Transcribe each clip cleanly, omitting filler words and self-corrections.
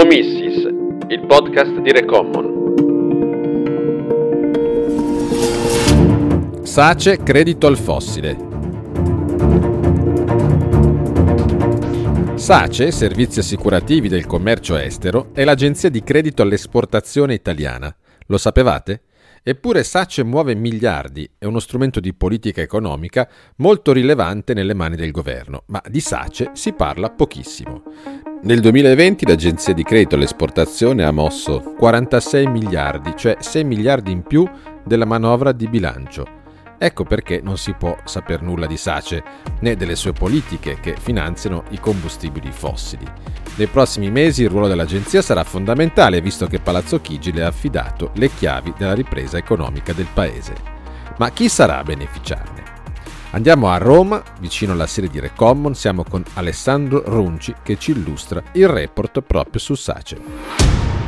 Economissis, il podcast di Recommon. SACE credito al fossile. SACE, Servizi Assicurativi del Commercio Estero, è l'agenzia di credito all'esportazione italiana. Lo sapevate? Eppure SACE muove miliardi, è uno strumento di politica economica molto rilevante nelle mani del governo, ma di SACE si parla pochissimo. Nel 2020 l'agenzia di credito all'esportazione ha mosso 46 miliardi, cioè 6 miliardi in più della manovra di bilancio. Ecco perché non si può saper nulla di SACE, né delle sue politiche che finanziano i combustibili fossili. Nei prossimi mesi il ruolo dell'agenzia sarà fondamentale, visto che Palazzo Chigi le ha affidato le chiavi della ripresa economica del paese. Ma chi sarà a beneficiarne? Andiamo a Roma, vicino alla sede di Recommon, siamo con Alessandro Runci che ci illustra il report proprio su SACE.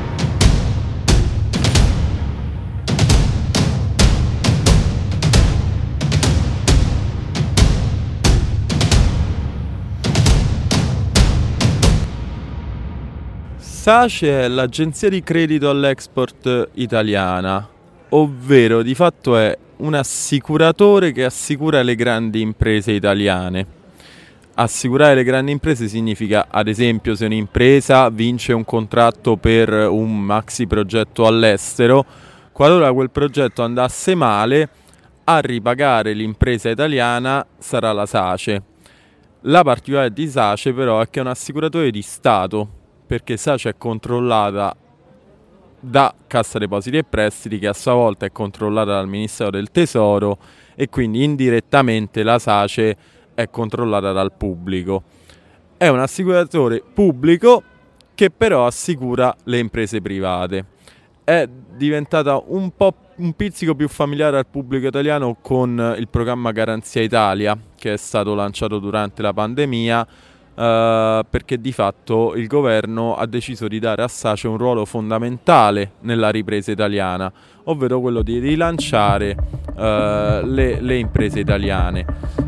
SACE è l'agenzia di credito all'export italiana, ovvero di fatto è un assicuratore che assicura le grandi imprese italiane. Assicurare le grandi imprese significa, ad esempio, se un'impresa vince un contratto per un maxi progetto all'estero, qualora quel progetto andasse male, a ripagare l'impresa italiana sarà la SACE. La particolarità di SACE però è che è un assicuratore di Stato, perché SACE è controllata da Cassa Depositi e Prestiti, che a sua volta è controllata dal Ministero del Tesoro, e quindi indirettamente la SACE è controllata dal pubblico. È un assicuratore pubblico che però assicura le imprese private. È diventata un pizzico più familiare al pubblico italiano con il programma Garanzia Italia, che è stato lanciato durante la pandemia, perché di fatto il governo ha deciso di dare a SACE un ruolo fondamentale nella ripresa italiana, ovvero quello di rilanciare le imprese italiane.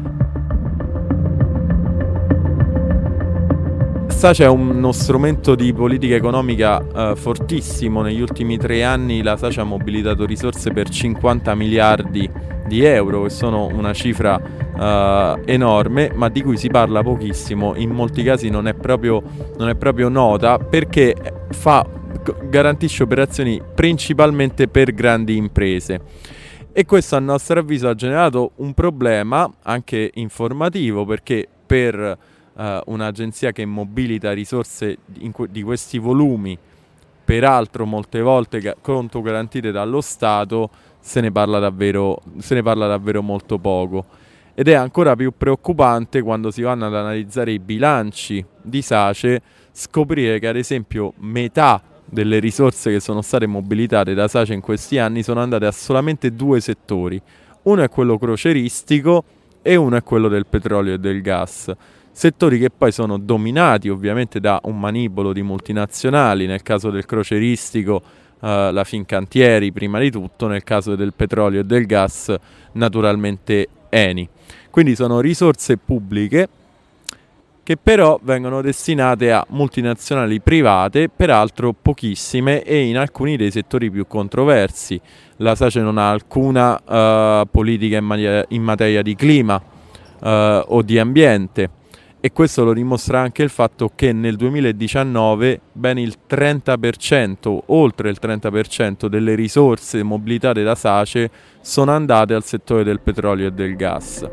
SACE è uno strumento di politica economica fortissimo. Negli ultimi 3 anni la SACE ha mobilitato risorse per 50 miliardi di euro, che sono una cifra enorme, ma di cui si parla pochissimo. In molti casi non è proprio nota, perché garantisce operazioni principalmente per grandi imprese. E questo, a nostro avviso, ha generato un problema anche informativo, perché per un'agenzia che mobilita risorse di questi volumi, peraltro molte volte conto garantite dallo Stato, se ne parla davvero molto poco. Ed è ancora più preoccupante quando si vanno ad analizzare i bilanci di SACE scoprire che, ad esempio, metà delle risorse che sono state mobilitate da SACE in questi anni sono andate a solamente 2 settori. Uno è quello croceristico e uno è quello del petrolio e del gas. Settori che poi sono dominati ovviamente da un manibolo di multinazionali, nel caso del croceristico la Fincantieri prima di tutto, nel caso del petrolio e del gas naturalmente Eni. Quindi sono risorse pubbliche che però vengono destinate a multinazionali private, peraltro pochissime, e in alcuni dei settori più controversi. La SACE non ha alcuna politica in materia di clima o di ambiente, e questo lo dimostra anche il fatto che nel 2019 ben il 30%, oltre il 30% delle risorse mobilitate da SACE sono andate al settore del petrolio e del gas.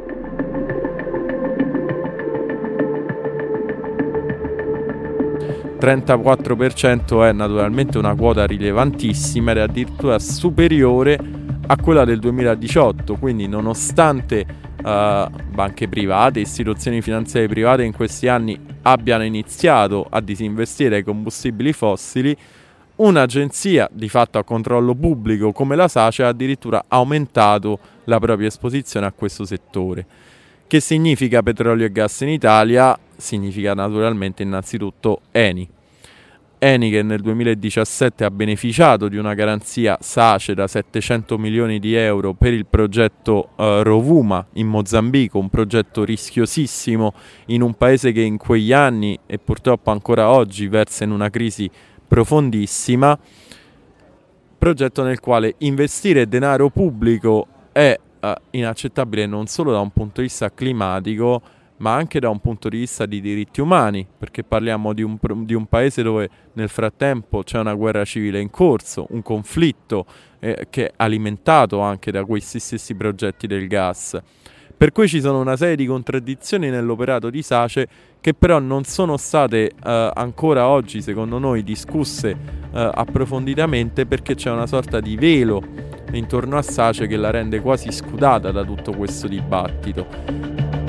Il 34% è naturalmente una quota rilevantissima ed è addirittura superiore a quella del 2018, quindi nonostante banche private, istituzioni finanziarie private in questi anni abbiano iniziato a disinvestire ai combustibili fossili, un'agenzia di fatto a controllo pubblico come la SACE ha addirittura aumentato la propria esposizione a questo settore. Che significa petrolio e gas in Italia? Significa naturalmente innanzitutto Eni. Eni, che nel 2017 ha beneficiato di una garanzia SACE da 700 milioni di euro per il progetto Rovuma in Mozambico, un progetto rischiosissimo in un paese che in quegli anni e purtroppo ancora oggi versa in una crisi profondissima, progetto nel quale investire denaro pubblico è inaccettabile non solo da un punto di vista climatico, ma anche da un punto di vista di diritti umani, perché parliamo di un paese dove nel frattempo c'è una guerra civile in corso, un conflitto che è alimentato anche da questi stessi progetti del gas. Per cui ci sono una serie di contraddizioni nell'operato di SACE che però non sono state ancora oggi, secondo noi, discusse approfonditamente, perché c'è una sorta di velo intorno a SACE che la rende quasi scudata da tutto questo dibattito.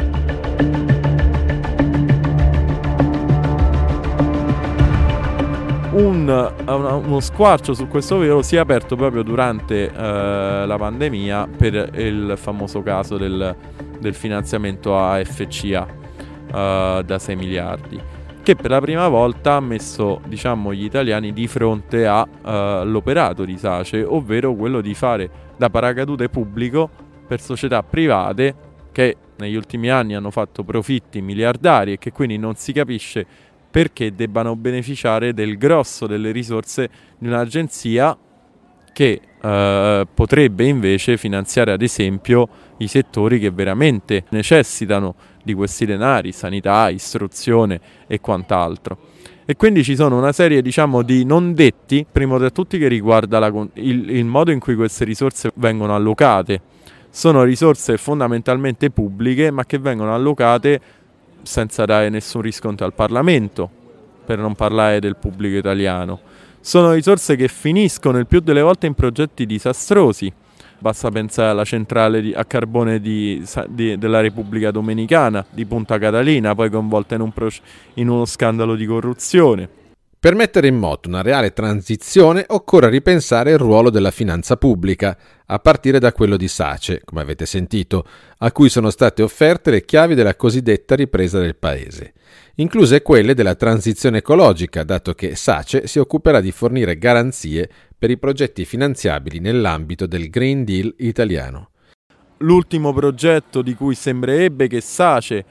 Uno squarcio su questo velo si è aperto proprio durante la pandemia per il famoso caso del finanziamento a FCA da 6 miliardi, che per la prima volta ha messo, diciamo, gli italiani di fronte all'operato di SACE, ovvero quello di fare da paracadute pubblico per società private che negli ultimi anni hanno fatto profitti miliardari e che quindi non si capisce perché debbano beneficiare del grosso delle risorse di un'agenzia che potrebbe invece finanziare ad esempio i settori che veramente necessitano di questi denari, sanità, istruzione e quant'altro. E quindi ci sono una serie, diciamo, di non detti, primo tra tutti, che riguarda il modo in cui queste risorse vengono allocate. Sono risorse fondamentalmente pubbliche, ma che vengono allocate senza dare nessun riscontro al Parlamento, per non parlare del pubblico italiano. Sono risorse che finiscono il più delle volte in progetti disastrosi. Basta pensare alla centrale a carbone della Repubblica Dominicana, di Punta Catalina, poi coinvolta in uno scandalo di corruzione. Per mettere in moto una reale transizione occorre ripensare il ruolo della finanza pubblica, a partire da quello di SACE, come avete sentito, a cui sono state offerte le chiavi della cosiddetta ripresa del paese, incluse quelle della transizione ecologica, dato che SACE si occuperà di fornire garanzie per i progetti finanziabili nell'ambito del Green Deal italiano. L'ultimo progetto di cui sembrerebbe che SACE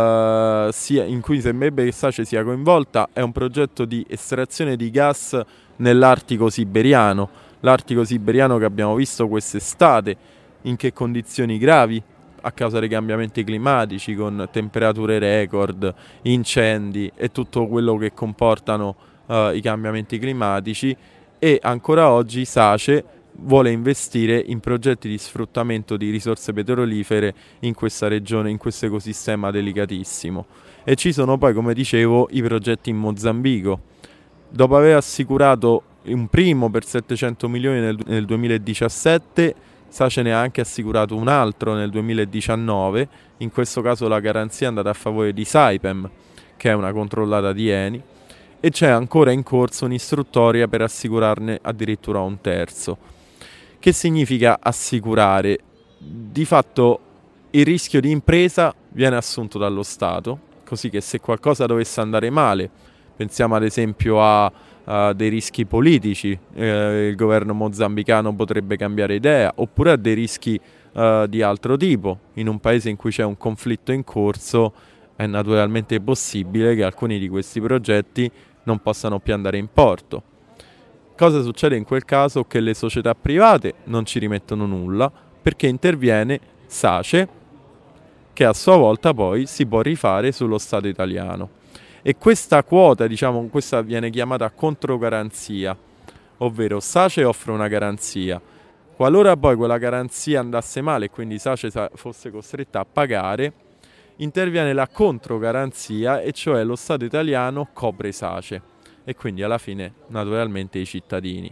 sia coinvolta è un progetto di estrazione di gas nell'Artico siberiano. L'Artico siberiano che abbiamo visto quest'estate in che condizioni gravi a causa dei cambiamenti climatici, con temperature record, incendi e tutto quello che comportano i cambiamenti climatici, e ancora oggi SACE vuole investire in progetti di sfruttamento di risorse petrolifere in questa regione, in questo ecosistema delicatissimo. E ci sono poi, come dicevo, i progetti in Mozambico. Dopo aver assicurato un primo per 700 milioni nel 2017, SACE ne ha anche assicurato un altro nel 2019, in questo caso la garanzia è andata a favore di Saipem, che è una controllata di Eni, e c'è ancora in corso un'istruttoria per assicurarne addirittura un terzo. Che significa assicurare? Di fatto il rischio di impresa viene assunto dallo Stato, così che se qualcosa dovesse andare male, pensiamo ad esempio a dei rischi politici, il governo mozambicano potrebbe cambiare idea, oppure a dei rischi di altro tipo. In un paese in cui c'è un conflitto in corso è naturalmente possibile che alcuni di questi progetti non possano più andare in porto. Cosa succede in quel caso? Che le società private non ci rimettono nulla, perché interviene SACE, che a sua volta poi si può rifare sullo Stato italiano. E questa quota, diciamo, questa viene chiamata controgaranzia, ovvero SACE offre una garanzia. Qualora poi quella garanzia andasse male e quindi SACE fosse costretta a pagare, interviene la controgaranzia, e cioè lo Stato italiano copre SACE. E quindi alla fine naturalmente i cittadini.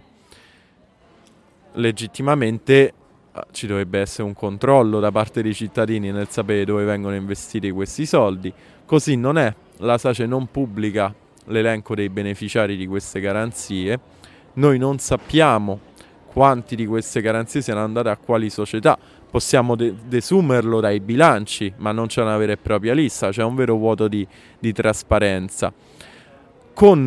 Legittimamente ci dovrebbe essere un controllo da parte dei cittadini nel sapere dove vengono investiti questi soldi. Così non è. La SACE non pubblica l'elenco dei beneficiari di queste garanzie. Noi non sappiamo quanti di queste garanzie siano andate a quali società. Possiamo desumerlo dai bilanci, ma non c'è una vera e propria lista, c'è un vero vuoto di trasparenza. Con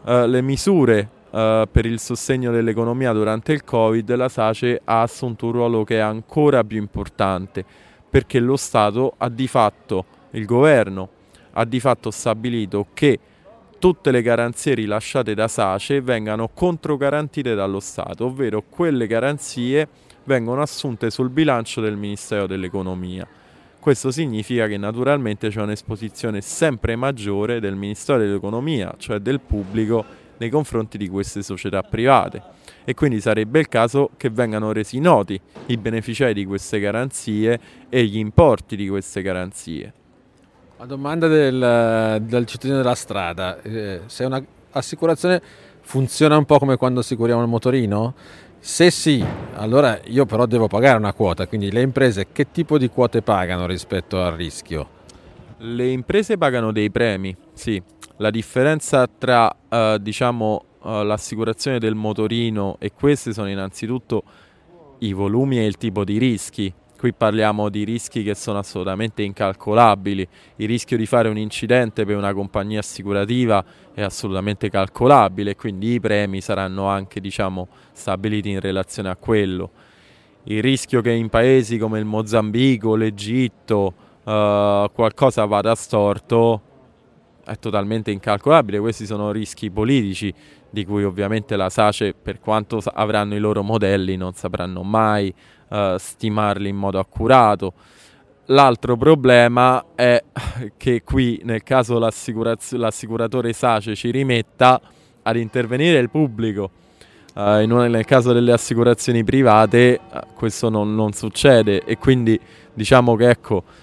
le misure per il sostegno dell'economia durante il Covid, la SACE ha assunto un ruolo che è ancora più importante, perché lo Stato il governo ha di fatto stabilito che tutte le garanzie rilasciate da SACE vengano controgarantite dallo Stato, ovvero quelle garanzie vengono assunte sul bilancio del Ministero dell'Economia. Questo significa che naturalmente c'è un'esposizione sempre maggiore del Ministero dell'Economia, cioè del pubblico, nei confronti di queste società private, e quindi sarebbe il caso che vengano resi noti i beneficiari di queste garanzie e gli importi di queste garanzie. La domanda del cittadino della strada, se un'assicurazione funziona un po' come quando assicuriamo il motorino? Se sì, allora io però devo pagare una quota, quindi le imprese che tipo di quote pagano rispetto al rischio? Le imprese pagano dei premi, sì. La differenza tra l'assicurazione del motorino e queste sono innanzitutto i volumi e il tipo di rischi. Qui parliamo di rischi che sono assolutamente incalcolabili. Il rischio di fare un incidente per una compagnia assicurativa è assolutamente calcolabile, quindi i premi saranno anche stabiliti in relazione a quello. Il rischio che in paesi come il Mozambico, l'Egitto, qualcosa vada storto è totalmente incalcolabile. Questi sono rischi politici di cui ovviamente la SACE, per quanto avranno i loro modelli, non sapranno mai stimarli in modo accurato. L'altro problema è che qui, nel caso l'assicuratore SACE ci rimetta ad intervenire il pubblico. Nel caso delle assicurazioni private questo non succede, e quindi diciamo che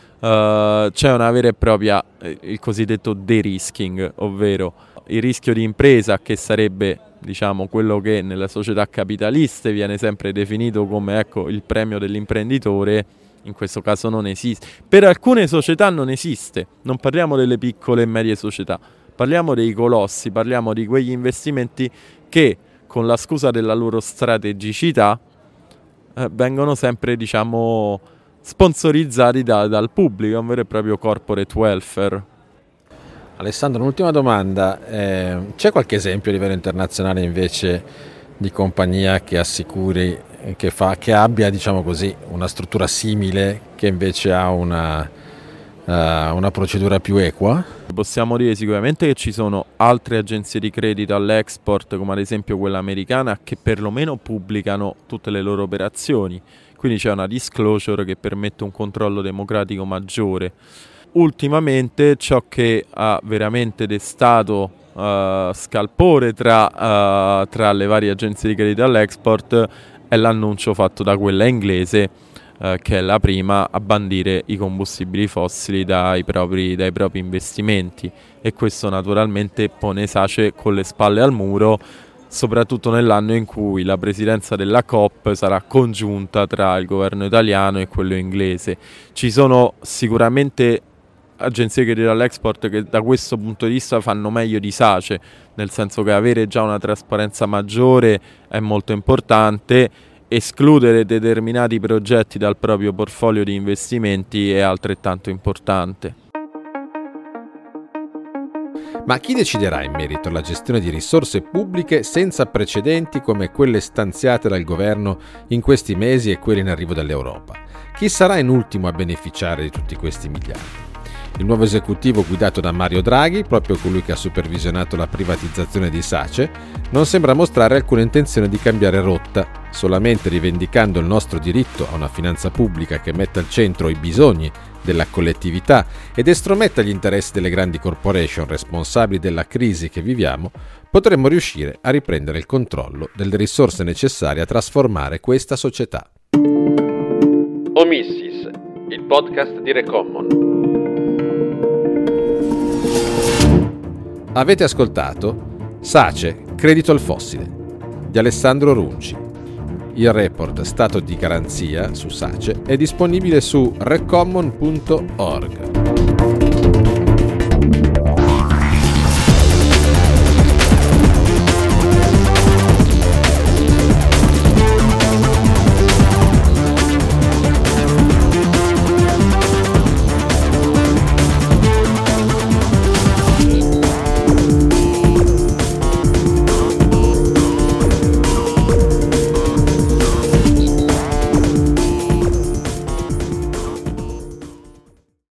c'è una vera e propria, il cosiddetto de-risking, ovvero il rischio di impresa, che sarebbe quello che nelle società capitaliste viene sempre definito come il premio dell'imprenditore. In questo caso non esiste. Per alcune società non esiste, non parliamo delle piccole e medie società, parliamo dei colossi, parliamo di quegli investimenti che, con la scusa della loro strategicità, vengono sempre sponsorizzati dal pubblico, è un vero e proprio corporate welfare. Alessandro, un'ultima domanda, c'è qualche esempio a livello internazionale invece di compagnia che assicuri, che abbia una struttura simile, che invece ha una procedura più equa? Possiamo dire sicuramente che ci sono altre agenzie di credito all'export, come ad esempio quella americana, che perlomeno pubblicano tutte le loro operazioni, quindi c'è una disclosure che permette un controllo democratico maggiore. Ultimamente ciò che ha veramente destato scalpore tra le varie agenzie di credito all'export è l'annuncio fatto da quella inglese, che è la prima a bandire i combustibili fossili dai propri investimenti, e questo naturalmente pone SACE con le spalle al muro, soprattutto nell'anno in cui la presidenza della COP sarà congiunta tra il governo italiano e quello inglese. Ci sono sicuramente agenzie che all'export che da questo punto di vista fanno meglio di SACE, nel senso che avere già una trasparenza maggiore è molto importante. Escludere determinati progetti dal proprio portfolio di investimenti è altrettanto importante. Ma chi deciderà in merito alla gestione di risorse pubbliche senza precedenti come quelle stanziate dal governo in questi mesi e quelle in arrivo dall'Europa? Chi sarà in ultimo a beneficiare di tutti questi miliardi? Il nuovo esecutivo guidato da Mario Draghi, proprio colui che ha supervisionato la privatizzazione di SACE, non sembra mostrare alcuna intenzione di cambiare rotta, solamente rivendicando il nostro diritto a una finanza pubblica che metta al centro i bisogni della collettività ed estrometta gli interessi delle grandi corporation responsabili della crisi che viviamo. Potremmo riuscire a riprendere il controllo delle risorse necessarie a trasformare questa società. Omissis, il podcast di Recommon. Avete ascoltato SACE, credito al fossile, di Alessandro Runci. Il report Stato di garanzia su SACE è disponibile su recommon.org.